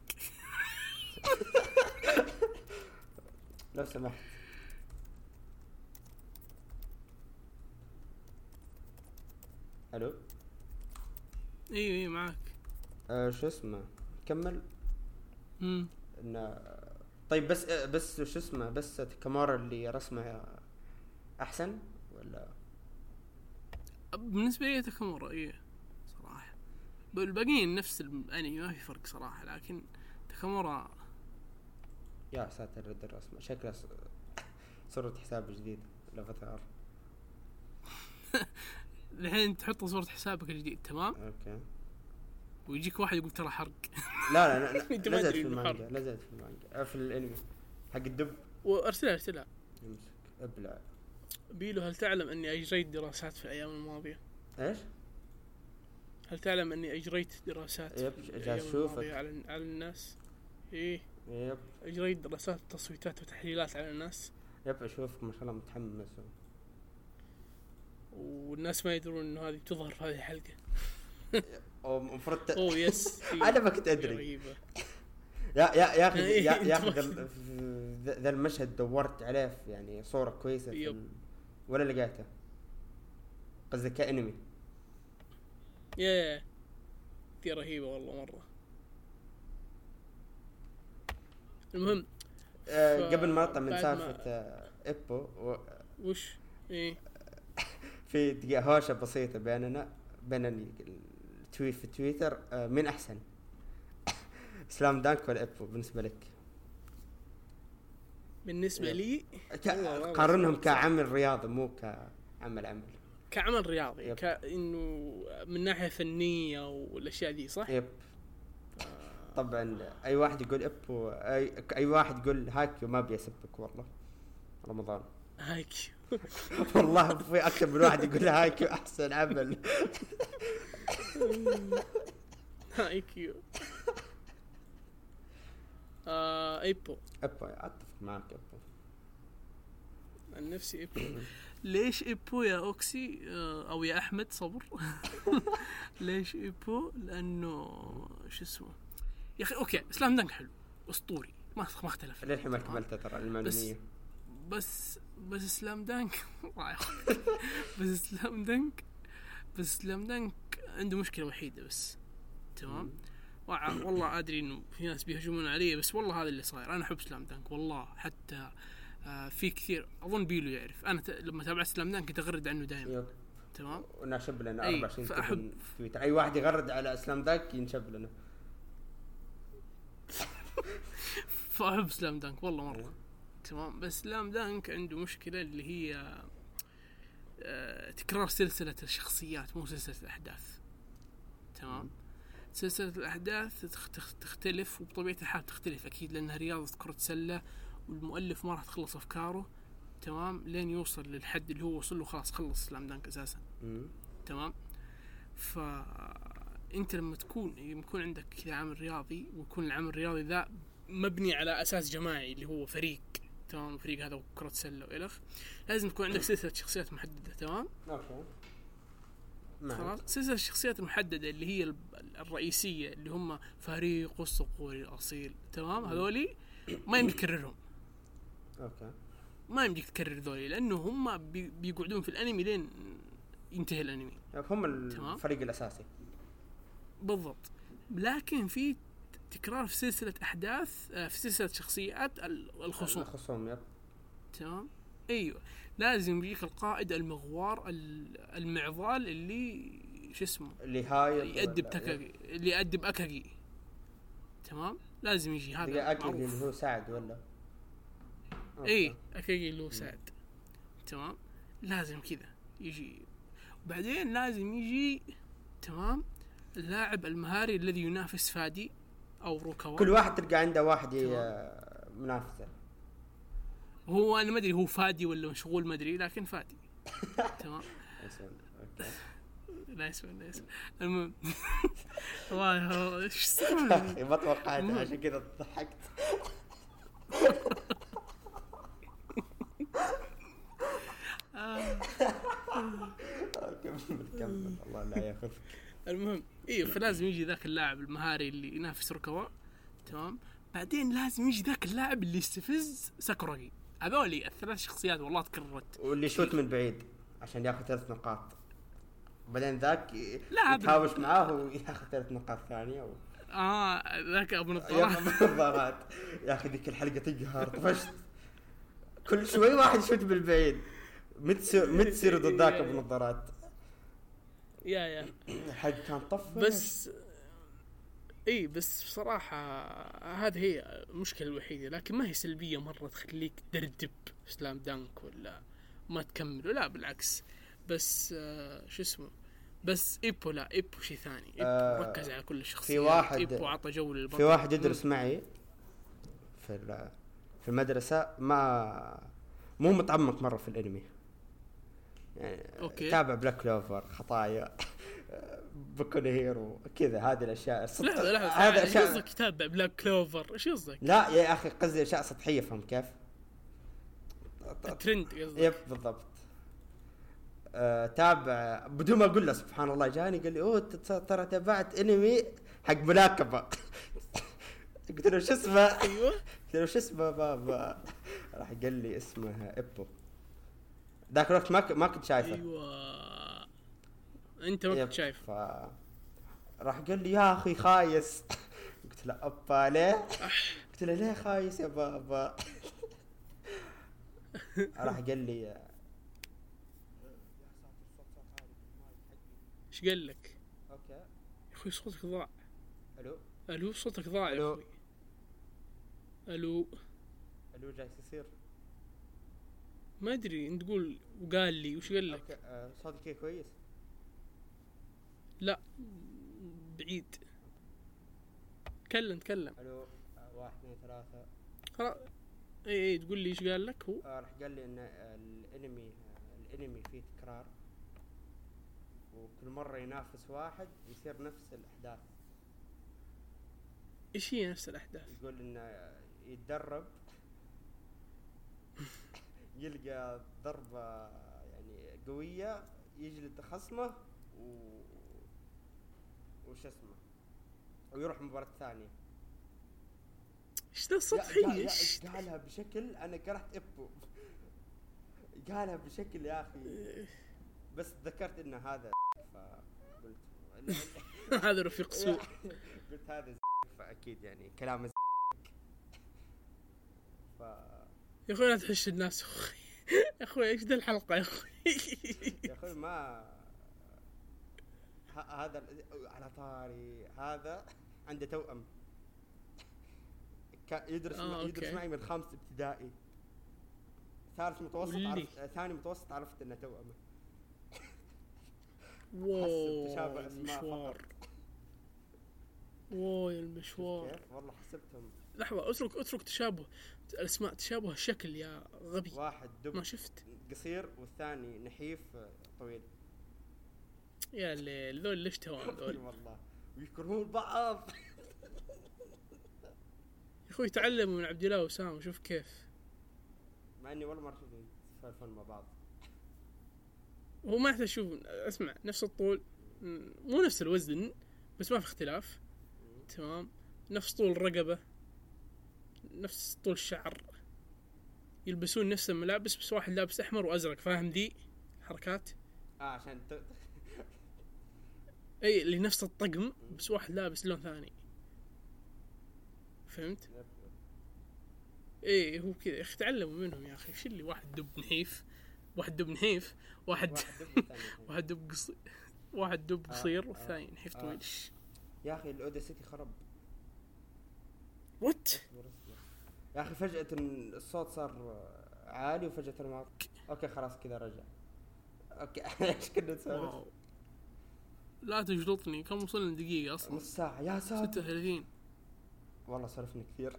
لو سمحت الو ايوه ايوه معك آه شو اسمه كمل امم إن طيب بس بس شو اسمه بس كامارا اللي رسمه احسن ولا بالنسبه لي تكامورا ايه صراحه بالباقيين نفس الانمي ما في فرق صراحه لكن تكامورا يا ساتر رد الرسمه شكلها صورة حساب جديد لافاتار. الحين تحط صورة حسابك الجديد تمام اوكي ويجيك واحد يقول ترى حرق. لا لا لا لزت في المانجا لزت في المانجا في الانمي حق الدب وارسلها ارسلها امسك ابلع بيلو. هل تعلم اني اجريت دراسات في الايام الماضيه؟ ايش هل تعلم اني اجريت دراسات يب جالس اشوفك على على الناس؟ ايه يب اجريت دراسات تصويتات وتحليلات على الناس. يب اشوفك ما شاء الله متحمس والناس ما يدرون انه هذه تظهر في هذه الحلقه. او المفروض اوه يس. انا ما كنت ادري يا يا يا اخي يا يا اخي ذا المشهد دورت عليه في يعني صوره كويسه في ال... ولا لقيته قصدك كانمي. يا دي رهيبه والله مره. المهم آه ف... قبل ما نطلع من سالفه ما... ايبو و... وش ايه في دقيقه هوشه بسيطه بيننا بين التويت في تويتر. آه من احسن سلام دانك ولا ايبو بالنسبه لك؟ بالنسبه يب. لي ك... قارنهم كعمل رياضي مو كعمل عمل كعمل رياضي يب. كانه من ناحيه فنيه والاشياء دي صح. يب آه. طبعا اي واحد يقول ايبو اي اي واحد يقول هاكيو ما بيسبك والله. رمضان هاكيو والله في اكثر من واحد يقول هاكيو احسن عمل. هاكيو آه ايبو ايبو اتفق معك. ايبو عن نفسي ايبو. ليش ايبو يا اوكسي آه او يا احمد صبر؟ ليش ايبو؟ لانه شو اسمه يا اخي اوكي سلام دانك حلو اسطوري ما ما اختلف للحين ما كملت ترى المعلوميه. بس بس سلام دانك بس سلام دانك بس سلام دانك عنده مشكله وحيده بس. تمام والله ادري انه في ناس بيهجمون عليه بس والله هذا اللي صاير. انا احب سلام دانك والله حتى آه في كثير اظن بيلو يعرف. انا ت... لما تابعت سلام دانك كنت اغرد عنه دائما. تمام ونشب لنا أربع سنين فأحب... في تويتر اي واحد يغرد على سلام دانك ينشب لنا. فاحب سلام دانك والله مره. تمام بس سلام دانك عنده مشكله اللي هي آه تكرار سلسله الشخصيات مو سلسله الاحداث. تمام سلسلة الأحداث تختلف وبطبيعة الحال تختلف أكيد لأنها رياضة كرة سلة والمؤلف ما راح تخلص أفكاره. تمام لين يوصل للحد اللي هو وصل له خلاص خلص سلام دانك أساسا. تمام فأنت لما تكون يكون عندك كذا عمل رياضي ويكون العمل الرياضي ذا مبني على أساس جماعي اللي هو فريق. تمام فريق هذا كرة سلة وإلخ لازم تكون عندك سلسلة شخصيات محددة. تمام أوكي خلاص سلسلة الشخصيات المحددة اللي هي الرئيسية اللي هم فريق الصقور الأصيل. تمام هذولي ما يمديك تكررهم. أوكي ما يمديك تكرر ذولي لأنه هم بي بيقعدون في الأنمي لين ينتهي الأنمي. هم الفريق الأساسي بالضبط. لكن في تكرار في سلسلة أحداث في سلسلة شخصيات الخصوم. الخصوم يب. تمام ايوه لازم يجيك القائد المغوار المعضال اللي شو اسمه اللي هاي يأدب تاكاغي اللي يأدب أكاغي. تمام لازم يجي هذا أكاغي اللي هو سعد ولا ايه أكاغي اللي هو سعد. تمام لازم كذا يجي وبعدين لازم يجي تمام اللاعب المهاري الذي ينافس فادي أو روكاوا. كل واحد تلقى عنده واحد منافسه. هو انا ما ادري هو فادي ولا مشغول ما ادري لكن فادي. تمام لا اسمع لا اسمع المهم والله ايش سويت ما توقعت عشان كذا ضحكت. كمل كمل الله لا ياخذك. المهم ايوه فلازم يجي ذاك اللاعب المهاري اللي ينافس روكاوا. تمام بعدين لازم يجي ذاك اللاعب اللي يستفز ساكوراغي. هذولي الثلاث شخصيات والله تكررت. واللي يشوت من بعيد عشان ياخذ ثلاث نقاط وبعدين ذاك يتهاوش معاه وياخذ ثلاث نقاط ثانيه و... اه ذاك ابو نظارات يا اخي ذيك الحلقه تقهر طفشت. كل شوي واحد يشوت بالبعيد متصير متصير ضدك ابو نظارات. يا يا الحلقه كان طف بس اي بس بصراحة هذه هي المشكلة الوحيدة لكن ما هي سلبية مرة تخليك تدردب سلام دانك ولا ما تكمل ولا بالعكس. بس آه شو اسمه بس إيبو لا إيبو شيء ثاني. إيبو آه ركز على كل الشخصيات. في واحد إيبو عطى جو للبطل. في واحد يدرس معي في في المدرسة ما مو متعمق مرة في الأنمي يعني. أوكي. تابع بلاك كلوفر خطايا بكون هيرو كذا، هذه الاشياء السطح... لحظه لحظه هذا ايش اشياء. قصدك كتاب بلاك كلوفر؟ ايش قصدك؟ لا يا اخي قصدي اشياء سطحيه، فهم كيف؟ الترند قصدك؟ يب بالضبط. آه تابع بدون ما اقول له سبحان الله، جاني قال لي اوه ترى تابعت انمي حق ملاكمه. قلت له شو اسمه؟ ايوه قلت له شو اسمه بابا؟ راح قال لي اسمه ايبو. ذاك الوقت ما ك... ما كنت شايفه. ايوه انت ما كنت شايف. ف راح قال لي يا اخي خايس. قلت له ابا ليه؟ قلت له ليه خايس يا بابا؟ راح قال لي ايش قال لك؟ اوكي يا اخوي صوتك ضاع. الو الو صوتك ضاع يا ألو. اخوي. الو الو جالس يصير. ما ادري انت تقول وقال لي وش قال لك؟ اوكي آه، صوتك كيف كويس؟ لا بعيد. تكلم تكلم. الو آه، واحد اثنين ثلاثة. خلاص اي اي تقول لي ايش قال لك هو؟ آه، راح قال لي ان الانمي آه، الانمي فيه تكرار، وكل مرة ينافس واحد يصير نفس الاحداث. ايش هي نفس الاحداث؟ يقول انه يتدرب يلقى ضربة يعني قوية يجلد خصمه و وش اسمه ويروح مباراة ثانية. ايش ذا يا- سطحي؟ يا- يا- ايش قالها بشكل انا كرهت ابو. قالها بشكل يا اخي، بس ذكرت ان هذا فقلت هذا رفيق سوء. قلت هذا فاكيد يعني كلام ف يا اخوي لا تحش الناس يا اخوي. يا اخوي ايش ذا الحلقة يا اخوي؟ يا اخوي ما ه- هذا ال- على طاري هذا عنده توأم كان يدرس آه، آه يدرس أوكي. معي من خامس ابتدائي، ثالث متوسط واللي. عرفت آه ثاني متوسط عرفت انه توأمه. واو تشابه أسماء المشوار. واو يا المشوار. كيف والله حسبتهم لحظة اترك اترك تشابه الاسماء، تشابه الشكل يا غبي. واحد دب ما شفت قصير والثاني نحيف آه، طويل. يا الليل ذول ليش توام ذول؟ والله ويكرهون بعض. يا اخوي تعلموا من عبد الله وسام وشوف كيف. مع اني والله ما اعرف يتسولفون مع بعض. هو ما يحتاج شوف اسمع نفس الطول، م- مو نفس الوزن بس ما في اختلاف. تمام نفس طول الرقبة، نفس طول الشعر، يلبسون نفس الملابس بس واحد لابس احمر وازرق، فاهم ذي حركات؟ اه عشان ت... اي اللي نفس الطقم بس واحد لابس لون ثاني، فهمت؟ ايه هو كذا يا اخي تعلموا منهم يا اخي. ايش اللي واحد دب نحيف، واحد دب نحيف، واحد واحد دب والثاني واحد دب قصير، واحد دب قصير آه، والثاني آه، نحيف آه. طويل. إيش؟ يا اخي الاودا سيتي خرب. وات؟ اصبر اصبر يا اخي فجأة الصوت صار عالي وفجأة ما. اوكي خلاص كذا رجع. اوكي ايش كنا نسولف؟ واو لا تجلطني. كم وصلنا دقيقة اصلا؟ نص ساعة يا ستة ساتر. وثلاثين. والله سولفنا كثير.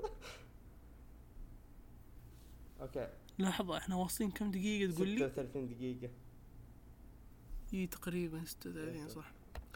اوكي لحظة احنا واصلين كم دقيقة تقول ستة لي؟ وثلاثين دقيقة. اي تقريبا ستة وثلاثين صح.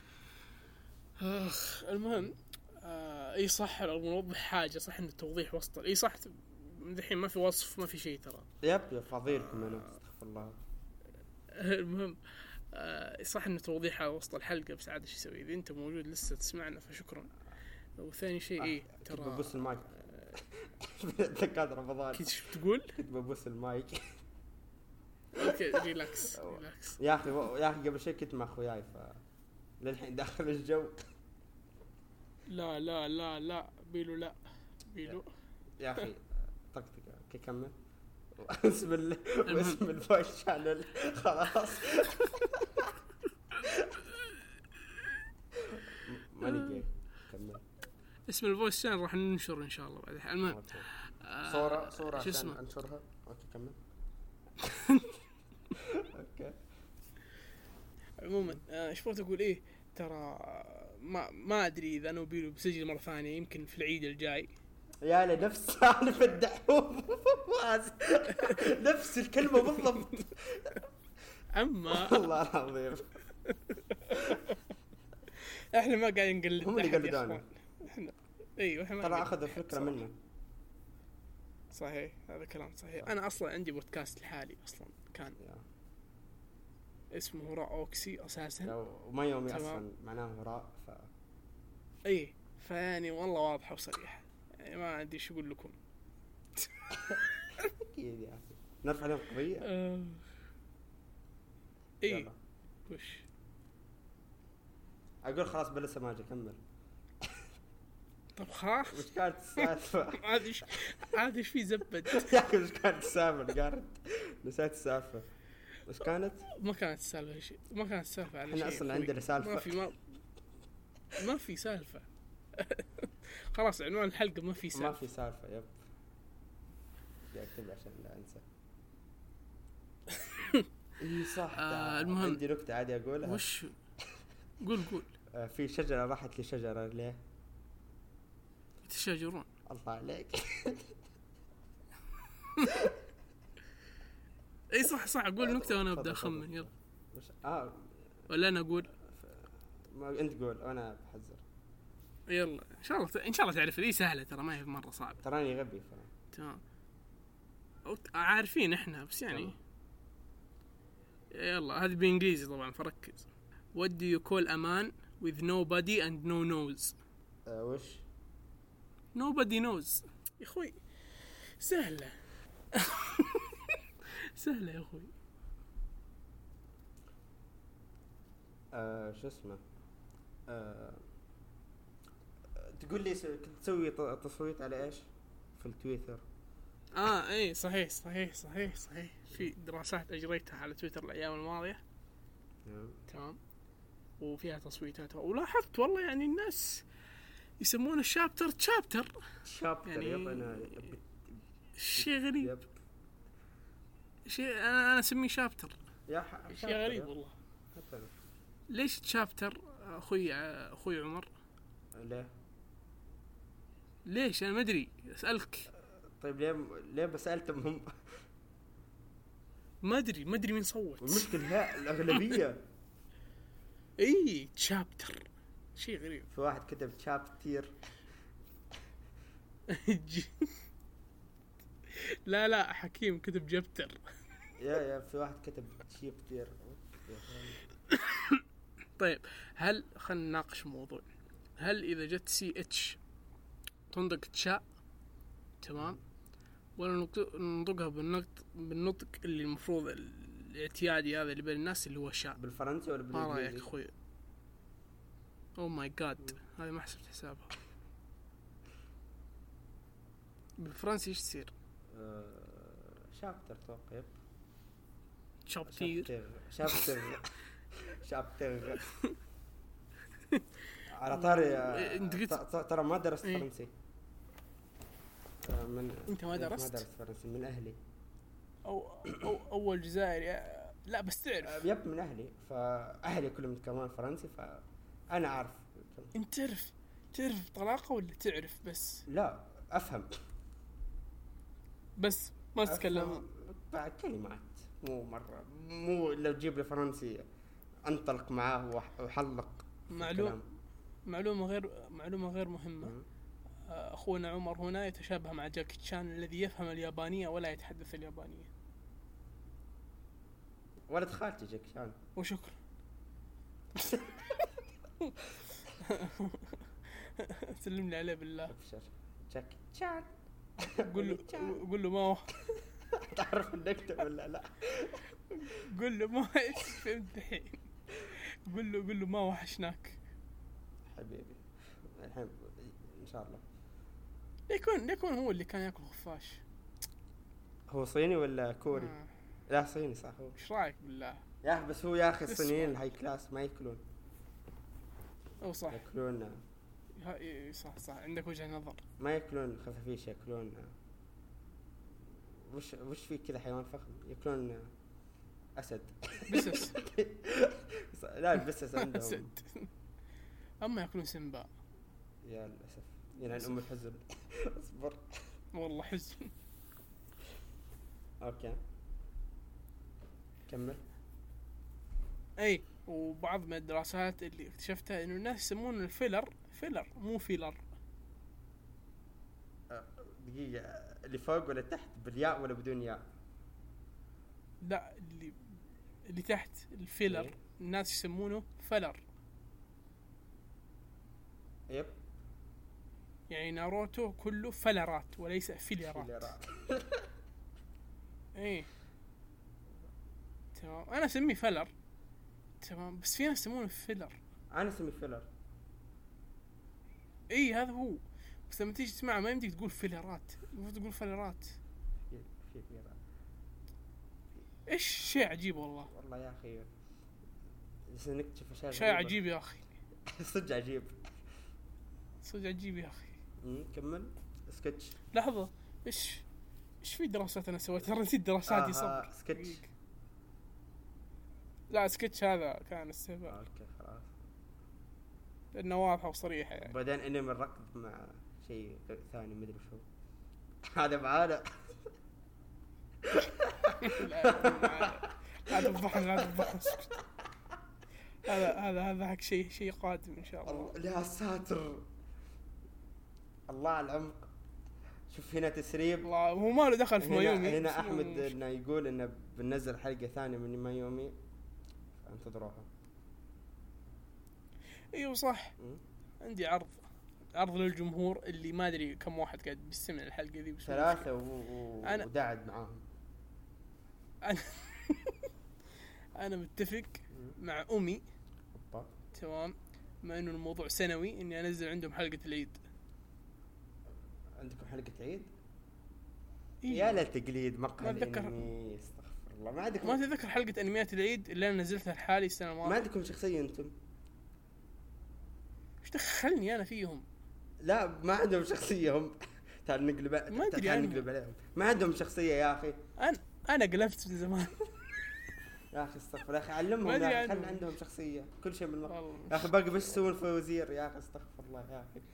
اخ المهم آه اي صح نوضح حاجة صح ان التوضيح وسط اي صح من الحين ما في وصف ما في شيء ترى. يب يا فضيلكم انا استغفر الله. المهم آه صح ان توضيحها وسط الحلقة بس عاد ايش يسوي اذا انت موجود لسه تسمعنا فشكرا. وثاني شيء ايه كنت ترى ببص المايك. ذكرت رمضان كنت شو بتقول؟ كنت ببص المايك. اوكي ريلاكس ريلاكس. يا اخي يا اخي قبل شيء كنت مع اخوياي ف للحين داخل الجو. لا لا لا لا بيلو لا بيلو. يا اخي طقطقه اوكي كمل. واسم ال... واسم الفويس شانل خلاص. ماني جاي كمل. اسم الفويس شانل راح ننشر ان شاء الله بعد. المهم أوكي. آه، صورة صورة شو عشان اسمه انشرها. اوكي كمل. اوكي عموما آه، ايش بغيت اقول ايه ترى ما ما ادري اذا انا وبيلو بسجل مره ثانيه يمكن في العيد الجاي. يا لي نفس سالفة الدحوم. نفس الكلمة بالضبط. اما والله العظيم. احنا ما قاعدين نقلد هم اللي أحد يا يقلدونا. إخوان. احنا ايوه احنا ما ترى نقلد اخذ أحد الفكره صراحة. منه. صحيح هذا كلام صحيح. صح. انا اصلا عندي بودكاست لحالي اصلا كان يا. اسمه هراء اوكسي اساسا. لو وما يومي تمام. اصلا معناه هراء ف اي فيعني والله واضحه وصريحه، يعني ما عندي شو اقول لكم. اكيد يا اخي نرفع لهم قضيه. آه. اي يلا. وش اقول خلاص بلا سماجه كمل. طب خلاص وش كانت السالفه؟ عاد ايش عاد ايش في زبد. يا اخي وش كانت السالفه؟ قارد نسيت السالفه. وش كانت؟ ما كانت السالفه شيء، ما كانت السالفه على شيء. احنا اصلا أخوي. عندنا سالفه. ما في ما ما في سالفه. خلاص عنوان الحلقه ما في ما سالفه. في سالفه. يب بدي اكتب عشان لا انسى. اي صح. آه، المهم. عندي نكته عادي اقولها. وش قول قول آه، في شجره راحت لشجره ليه؟ يتشاجرون. الله عليك. اي صح صح قول نكته وانا ابدا تفضل، اخمن تفضل. يلا. وش اه ولا انا اقول؟ ما انت قول وانا بحذر. يلا ان شاء الله ان شاء الله تعرف. ذي سهله ترى ما هي مره صعبه. تراني غبي ف تمام أو- عارفين احنا بس يعني. تمام. يلا هذه بالانجليزي طبعا فركز. What do you call a man with nobody and no nose؟ آه وش nobody knows يا اخوي. سهله. سهله يا اخوي. آه شو اسمه آه تقول لي س- كنت تسوي ت- تصويت على ايش في التويتر؟ اه اي صحيح صحيح صحيح صحيح. في دراسات اجريتها على تويتر الايام الماضيه. نعم. تمام. وفيها تصويتات ولاحظت والله يعني الناس يسمون الشابتر تشابتر. شابتر يعني يب انا شيء غريب. يب شيء انا انا اسميه شابتر. يا ح... شيء شابتر غريب يب. والله. حتى أنا. ليش تشابتر اخوي اخوي عمر؟ ليه؟ ليش انا ما ادري اسالك. طيب ليه ليه بسألتهم هم؟ ما ادري ما ادري مين صوت. المشكلة لا الأغلبية. اي تشابتر شيء غريب. في واحد كتب شابتير. لا لا حكيم كتب جبتر. يا يا في واحد كتب شيبتير. طيب هل خلينا نناقش موضوع. هل اذا جت سي اتش تنطق تشاء تمام ولا نطق- ننطقها بالنطق بالنطق اللي المفروض الاعتيادي هذا اللي بين الناس اللي هو شاء؟ بالفرنسي ولا ما رايك بالإنجليزي؟ اخوي؟ او ماي جاد هذه ما حسبت حسابها. بالفرنسي ايش تصير؟ آه، شابتر توقع يب. شابتير. شابتر شابتر. على طاري آه، أنت قلت- ت- ت- ترى ما درست إيه. فرنسي. آه، من أنت ما درست؟ ما درست فرنسي من أهلي. او او اول جزائري. لا بس تعرف آه، يب من أهلي فأهلي كلهم يتكلمون فرنسي فأنا أعرف. انت تعرف تعرف طلاقه ولا تعرف بس لا أفهم. بس ما تتكلم؟ أفهم بعد كلمات مو مرة مو لو تجيب لي فرنسي أنطلق معاه وح- وحلق في معلوم الكلام. معلومه غير معلومه غير مهمه. مم. اخونا عمر هنا يتشابه مع جاكي تشان الذي يفهم اليابانيه ولا يتحدث اليابانيه. ولد خالتي جاك شان. وشكرا. سلم لي عليه بالله. أبشر جاك شان. قول له قول له ما هو تعرف النكتة ولا لا؟ قول له ما فهمت الحين. قول له قول له ما وحشناك. حبيبي الحين إن شاء الله. يكون يكون هو اللي كان ياكل خفاش. هو صيني ولا كوري؟ آه. لا صيني صح هو. ايش رايك بالله؟ يا أخي بس هو يا أخي اسمع. الصينيين الهاي كلاس ما يأكلون. او صح. يأكلون ها- إيه صح صح عندك وجه نظر. ما يأكلون خفافيش يأكلون وش وش في كذا حيوان فخم يأكلون أسد. بسس. لا البسس عندهم. اسد. اما ياكلون سمبا. يا للأسف يعني أم الحزن. اصبر. والله حزن. أوكي كمل. اي وبعض من الدراسات اللي اكتشفتها انه الناس يسمون الفيلر فيلر مو فيلر. آه، دقيقة، اللي فوق ولا تحت بالياء ولا بدون ياء؟ لا اللي اللي تحت الفيلر إيه؟ الناس يسمونه فلر. يب. يعني ناروتو كله فلرات وليس فيلرات. فيلرات. ايه تمام. انا اسميه فلر تمام، بس في ناس يسمونه فيلر. انا اسمي فيلر. اي هذا هو، بس لما تيجي تسمعه ما يمديك تقول فيلرات، المفروض تقول فلرات. في في فيلر. ايش شيء عجيب والله. والله يا اخي بس نكتشف اشياء شيء عجيب يا اخي. صدق عجيب. صدق عجيب يا اخي. امم كمل. سكتش. لحظة، ايش ايش في دراسات انا سويتها؟ ترى نسيت دراساتي. آه صبر. سكتش. لا سكتش هذا كان السبب. آه اوكي خلاص. لانه واضحة وصريحة يعني. بعدين انمي الركض مع شيء ثاني مدري شو. هذا معانا. لا تفضحنا لا تفضحنا. هذا هذا هذا حق شيء شيء قادم ان شاء الله. يا ساتر الله على العمق. شوف هنا تسريب. الله هو ما له دخل في هنا مايومي. هنا احمد انه يقول انه بننزل حلقة ثانية من مايومي فانتظروها. ايوه صح. م? عندي عرض عرض للجمهور اللي ما ادري كم واحد قاعد بيستمع الحلقة ذي. ثلاثة و... و... أنا... وداعد معاهم. انا انا متفق مع امي. أوبا. تمام. مع انه الموضوع سنوي اني انزل عندهم حلقة العيد. عندكم حلقة عيد؟ إيه؟ يا لا تقليد مقهى ما أتذكر. الانمي استغفر الله. ما عندكم ما تذكر حلقة انميات العيد اللي انا نزلتها لحالي السنة الماضية؟ ما عندكم شخصية انتم؟ ايش دخلني انا فيهم؟ لا ما عندهم شخصية هم. تعال نقلب ما أدري تعال عنهم. نقلب عليهم. ما عندهم شخصية يا اخي. انا انا قلبت من زمان. يا اخي استغفر الله يا اخي علمهم ما أدري يا اخي خل عنهم. عندهم شخصية كل شيء بالمرة. والله يا اخي باقي بس يسوون فوزير يا اخي استغفر الله يا اخي.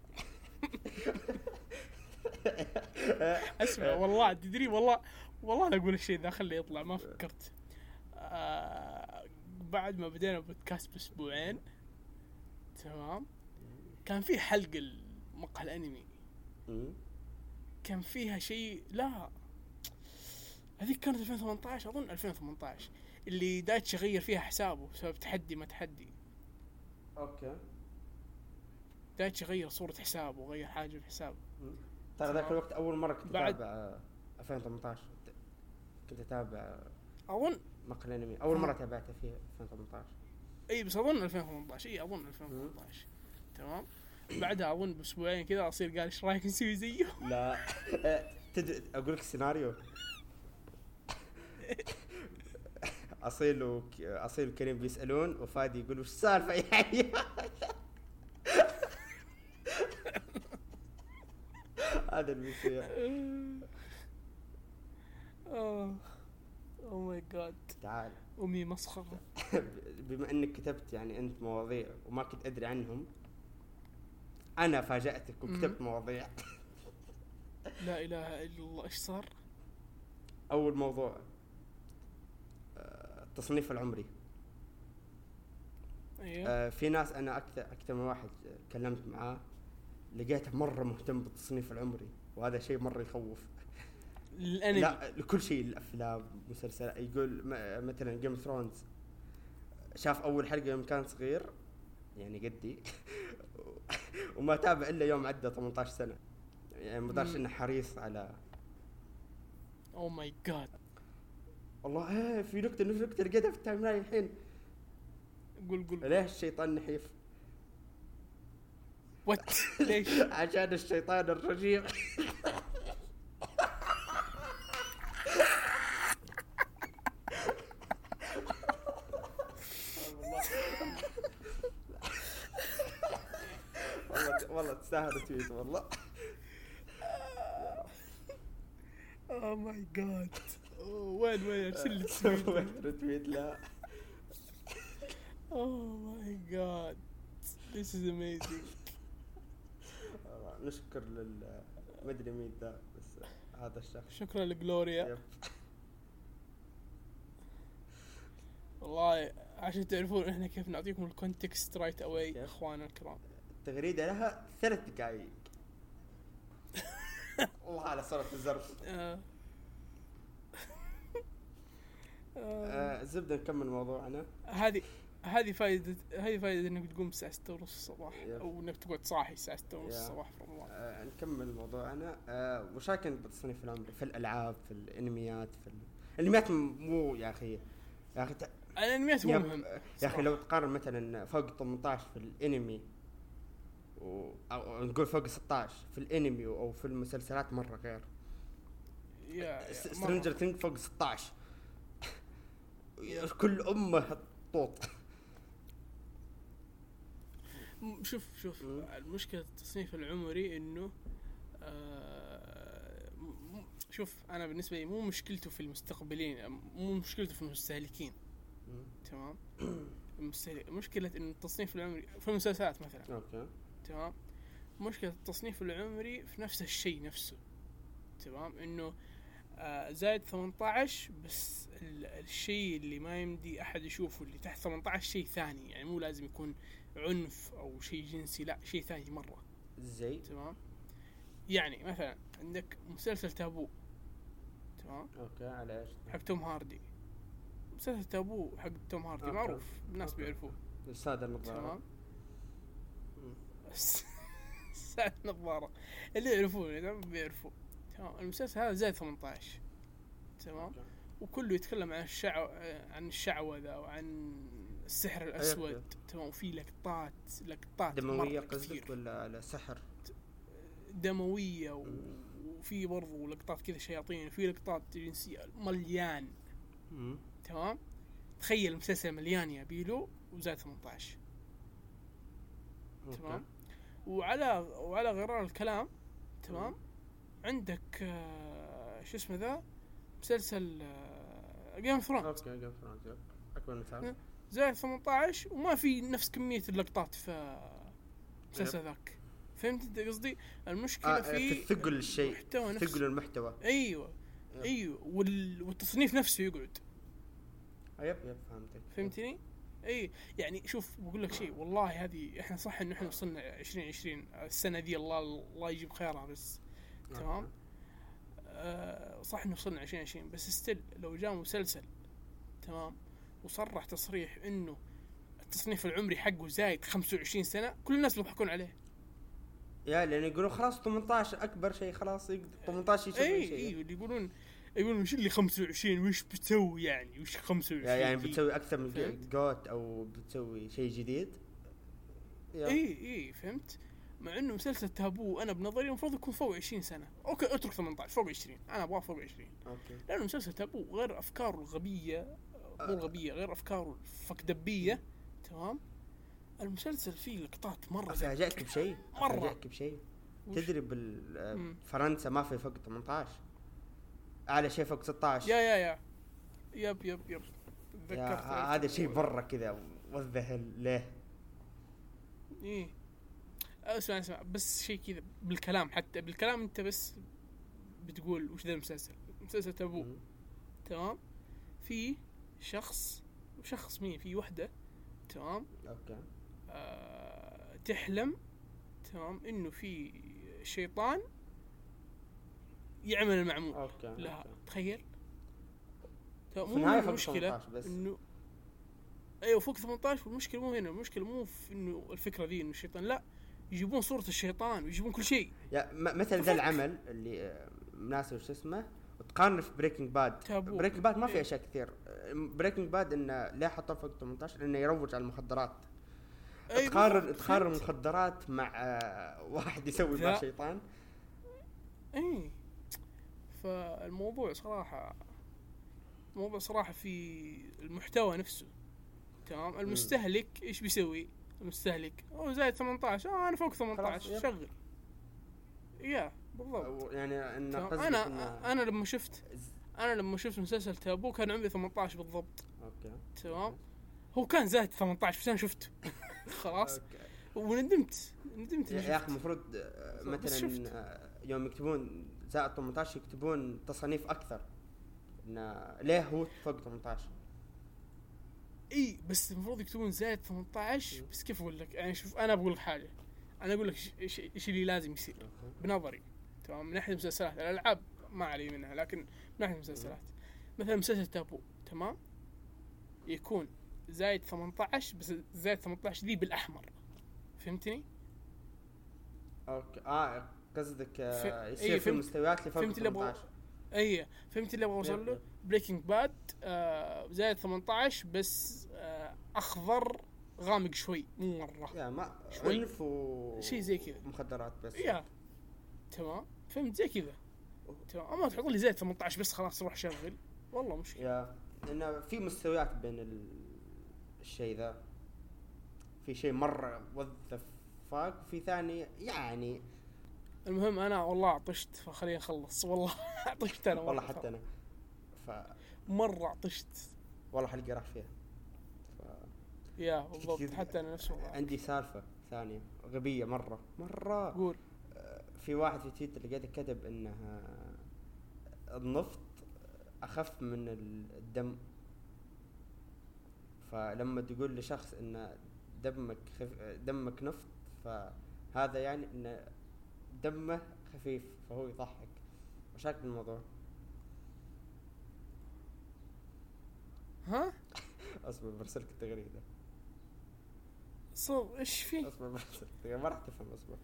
اسمع والله تدري والله والله لا اقول الشيء ذا خليه يطلع ما فكرت. آه بعد ما بدينا بودكاست باسبوعين تمام كان في حلقة المقهى الانمي كان فيها شيء. لا هذيك كانت ألفين وثمانية عشر اظن ألفين وثمانية عشر اللي دايتش يغير فيها حسابه بسبب تحدي ما تحدي. اوكي. دايتش يغير صورة حسابه وغير حاجة في حسابه. ترى ذاك الوقت اول مرة كنت بعد- اتابع ألفين وثمانية عشر. كنت اتابع اظن مقهى الانمي اول مرة تابعته فيه ألفين وثمانية عشر. اي بس اظن ألفين وثمانية عشر. اي اظن ألفين وثمانية عشر. تمام. بعدها اظن باسبوعين كذا اصير قال ايش رايك نسوي زيه. لا تد... اقول لك السيناريو. اصيل وك... اصيل وكريم بيسالون وفادي يقول وش السالفه يا حي. هذا اللي بيصير. اوه او ماي جاد. تعال امي مسخره. بما انك كتبت يعني انت مواضيع وما كنت ادري عنهم انا فاجأتك وكتبت مواضيع. لا اله الا الله. ايش صار؟ اول موضوع التصنيف العمري. ايوه آه في ناس انا اكثر اكثر من واحد كلمت معاه لقيته مره مهتم بالتصنيف العمري وهذا شيء مره يخوف. الانمي لا لكل شيء الافلام مسلسلات. يقول مثلا جيم ثرونز شاف اول حلقه يوم كان صغير يعني قدي وما تابع الا يوم عدى ثمانية عشر سنه يعني مدارش انه حريص على. او ماي جاد. والله ايه في نكته نكته لقيتها في التايم لاين الحين. قول قول ليش الشيطان نحيف؟ وات ليش؟ عشان الشيطان الرجيم. والله والله تستاهل تويت والله. اوه ماي جاد. وين وين ارسل لي التويت. تويت لا. اوه ماي جاد. This is amazing. نشكر لل ما ادري مين ذا بس هذا الشخص. شكرا لجلوريا. يب. والله عشان تعرفون احنا كيف نعطيكم الكونتكست رايت اواي كيف؟ اخواننا الكرام. التغريدة لها ثلاث دقائق. الله على صورة الزرف. آه. آه، زبدة نكمل موضوعنا. هذه هذه فائدة هذه فائدة انك تقوم الساعة ستة ونص الصباح يب. او انك تقعد صاحي الساعة ستة ونص يا. الصباح في رمضان. آه، نكمل موضوعنا. آه، وش رايك بالتصنيف العمري في الالعاب، في الانميات، في ال... الانميات مو يا اخي، يا اخي ت... الانميات مو يا, مهم يا اخي لو تقارن مثلا فوق ثمانية عشر في الانمي و... أو نقول فوق ستة عشر في الانمي او في المسلسلات مرة غير. يا سترينجر ثينج فوق ستة عشر. كل امه طوط. شوف شوف م. المشكلة التصنيف العمري انه آه م- شوف انا بالنسبة لي مو مشكلته في المستقبلين، مو مشكلته في المستهلكين. تمام. المستهلك مشكلة انه التصنيف العمري في المسلسلات مثلا. اوكي. تمام. مشكلة التصنيف العمري في نفس الشيء نفسه. تمام. انه آه زائد ثمانية عشر بس ال- الشيء اللي ما يمدي احد يشوفه اللي تحت ثمانية عشر شيء ثاني، يعني مو لازم يكون عنف او شيء جنسي، لا شيء ثاني مرة. زي تمام. يعني مثلا عندك مسلسل تابو. تمام. اوكي على ايش؟ حق توم هاردي. مسلسل تابو حق توم هاردي أوكي. معروف، الناس أوكي. بيعرفوه. السادة النظارة. تمام. ساعة نظارة اللي يعرفونه تمام بيعرفوا. تمام. المسلسل هذا زائد ثمانية عشر. تمام. أوكي. وكله يتكلم عن الشعو عن الشعوذة وعن السحر الأسود. أيوة. تمام. وفي لقطات لقطات دموية مرة قصدك كثير. ولا على سحر؟ دموية و... وفي برضو لقطات كذا شياطين، وفي لقطات جنسية مليان. مم. تمام. تخيل مسلسل مليان يا بيلو وزائد ثمانية عشر. تمام. وعلى وعلى غرار الكلام تمام عندك آه شو اسمه ذا مسلسل جيم اوف ثرونز. اوكي جيم اوف ثرونز اكبر مثال زائد ثمانية عشر وما في نفس كمية اللقطات في مسلسل ذاك. فهمت انت قصدي؟ المشكلة آه في في ثقل الشيء، محتوى ثقل المحتوى. ايوه يب. ايوه وال... والتصنيف نفسه يقعد. يب يب فهمتك. فهمتني؟ اي يعني شوف بقول لك شيء والله، هذه احنا صح انه احنا وصلنا عشرين عشرين السنه ذي، الله الله يجيب خيرها بس. تمام. آه صح انه وصلنا عشرين عشرين بس ستيل لو جاء مسلسل تمام وصرح تصريح انه التصنيف العمري حقه زايد خمسة وعشرين سنه كل الناس بيضحكون عليه. يا لان يقولوا خلاص ثمانية عشر اكبر شيء، خلاص يقدر ثمانية عشر يشوف اي شيء. اي اللي يقولون يقولون وش اللي خمسة وعشرين وش بتسوي يعني وش خمسة وعشرين يعني دي؟ بتسوي اكثر من فهمت؟ جوت او بتسوي شيء جديد. اي اي فهمت. مع انه مسلسل تابو انا بنظري المفروض يكون فوق عشرين سنه. اوكي اترك ثمانية عشر فوق عشرين، انا ابغاه فوق عشرين. اوكي. لانه مسلسل تابو غير افكاره الغبيه، مو غبيه، غير افكاره الفكدبيه. تمام. المسلسل فيه لقطات مره افاجئك بشيء مرة. افاجئك بشيء وش؟ تدري مم. بالفرنسا ما في فوق ثمانية عشر، اعلى شيء فوق ستة عشر. يا يا يا يب يب يب يا تذكرت هذا شيء برا كذا والذهل ليه. ايه اسمع اسمع بس شيء كذا بالكلام، حتى بالكلام انت بس بتقول وش ذا المسلسل. مسلسل تابو. مم. تمام. في شخص شخص مين في وحدة. تمام. اوكي. آه تحلم تمام انه في شيطان يعمل المعمول اوكي. لها. أوكي. تخيل. في مو النهاية فوق المشكلة ثمانية عشر بس. انه ايوه فوق ثمانية عشر. والمشكلة مو هنا، المشكلة مو في انه الفكرة ذي انه الشيطان، لا يجيبون صورة الشيطان ويجيبون كل شيء. يا م- مثل ذا العمل اللي آه، مناسب وش اسمه وتقارن في بريكنج باد. تابو. بريكنج باد ما في إيه. اشياء كثير. بريكنج باد انه ليه حطوه فوق ثمانية عشر انه يروج على المخدرات. أي تقارن بالضبط. تقارن فهمت؟ المخدرات مع آه، واحد يسوي لا. مع شيطان. اي فالموضوع صراحة الموضوع صراحة في المحتوى نفسه. تمام. المستهلك ايش بيسوي؟ المستهلك هو زائد ثمانية عشر اه انا فوق ثمانية عشر خلاص، شغل. يا بالضبط. أو يعني ان تمام. قصدك انا إنه- انا لما شفت انا لما شفت مسلسل تابو كان عمري ثمانية عشر بالضبط. اوكي. تمام. هو كان زائد ثمانية عشر بس انا شفته. خلاص. أوكي. وندمت ندمت يا إني يا اخي شفت. المفروض آه، بس شفت. مثلا آه، يوم يكتبون زائد ثمانية عشر يكتبون تصنيف اكثر. انه ليه هو فوق ثمانية عشر. اي بس المفروض يكتبون زائد ثمانية عشر. بس كيف اقول لك يعني؟ شوف انا بقول لك حاجه، انا اقول لك ايش ايش اللي لازم يصير بنظري. تمام، من ناحيه المسلسلات، الالعاب ما علي منها، لكن من ناحيه المسلسلات مثلا مسلسل تابو، تمام، يكون زائد ثمانية عشر، بس زائد ثمانية عشر دي بالاحمر، فهمتني؟ اوكي اه قصدك آه ف... يصير أيه في المستويات اللي فوق ثمانية عشر. اي فهمت اللي ابغى اوصل له. بريكنج باد آه زائد ثمانية عشر بس آه اخضر غامق شوي، مو مره يا ما شوي. عنف و شيء زي كذا، مخدرات بس. يا تمام، فهمت زي كذا. تمام، اما تحط لي زائد ثمانية عشر بس خلاص روح شغل، والله مشكله. يا لأن في مستويات بين ال... الشيء ذا، في شيء مرة وظف فاق، وفي ثاني يعني. المهم انا والله عطشت، فخلينا نخلص. والله عطشت انا والله حتى انا ف مره عطشت، والله حلقة راح فيها. ف... يا بالضبط، حتى انا نفسه والله. عندي سالفة ثانية غبية مرة مرة. قول. في واحد في تويتر لقيته كتب انها النفط اخف من الدم، فلما تقول لشخص ان دمك خف... دمك نفط، فهذا يعني ان دمه خفيف، فهو يضحك. وش رايك بالموضوع؟ ها اصبر برسلك التغريدة. صو ايش في؟ اصبر برسلك التغريدة، ما راح تفهم. اصبر.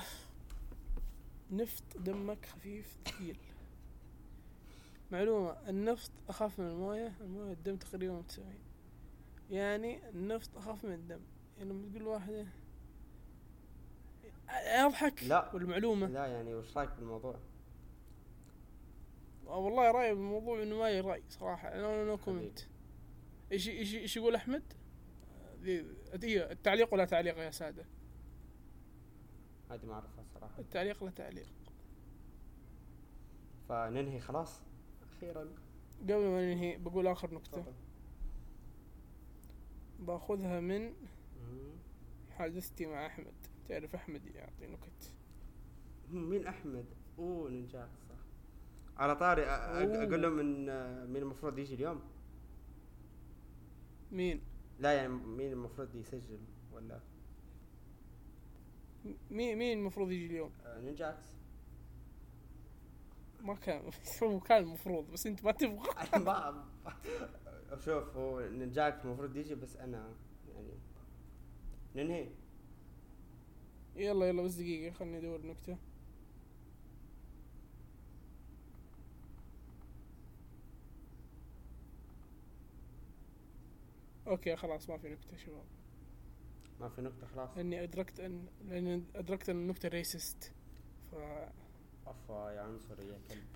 نفط دمك خفيف ثقيل. معلومة، النفط أخف من الموية، الموية الدم تقريبا متساويين، يعني النفط أخف من الدم. يعني لما تقول واحدة أضحك. لا والمعلومة لا يعني وش رايك بالموضوع؟ والله رأيي بالموضوع إنه ما يرأي صراحة، أنا نو كومنت. إيش إيش إيش يقول أحمد؟ ذي التعليق ولا تعليق يا سادة؟ هذه ما أعرفها صراحة. التعليق لا تعليق. فننهي خلاص أخيرا. قبل ما ننهي بقول آخر نكتة فضل. باخذها من حادثتي مع أحمد. تعرف أحمد يعطي نكت. مين أحمد؟ أوه ننجاك صح. على طاري أقول لهم من مين المفروض يجي اليوم. مين؟ لا يعني مين المفروض يسجل ولا مين مين المفروض يجي اليوم؟ نينجاكس. ما كان هو كان المفروض، بس انت ما تبغى. ما شوف هو نينجاكس المفروض يجي، بس انا يعني ننهي. يلا يلا بس دقيقة خلني ادور نكتة. اوكي خلاص ما في نكتة شباب. ما في نكتة خلاص. لاني ادركت ان لاني ادركت ان النكتة ريسست. ف افا يا عنصري يا كلب.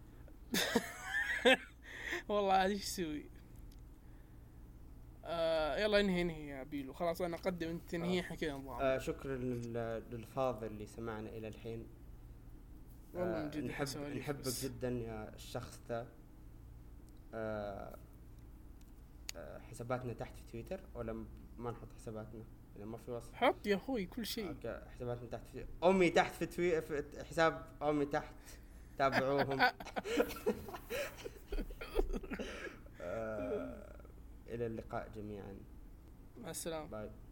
والله عاد ايش اسوي. آه يلا انهي انهي يا بيلو خلاص. انا اقدم انت تنهي احنا كذا نظام. آه شكرا للفاضل اللي سمعنا الى الحين. والله من جد نحب نحبك جدا يا الشخص ذا. آه حساباتنا تحت في تويتر ولا ما نحط حساباتنا؟ يعني ما في وصف. حط يا اخوي كل شيء. اوكي حساباتنا تحت في امي تحت في تويتر، في حساب امي تحت تابعوهم. آه الى اللقاء جميعا. مع السلامة. باي.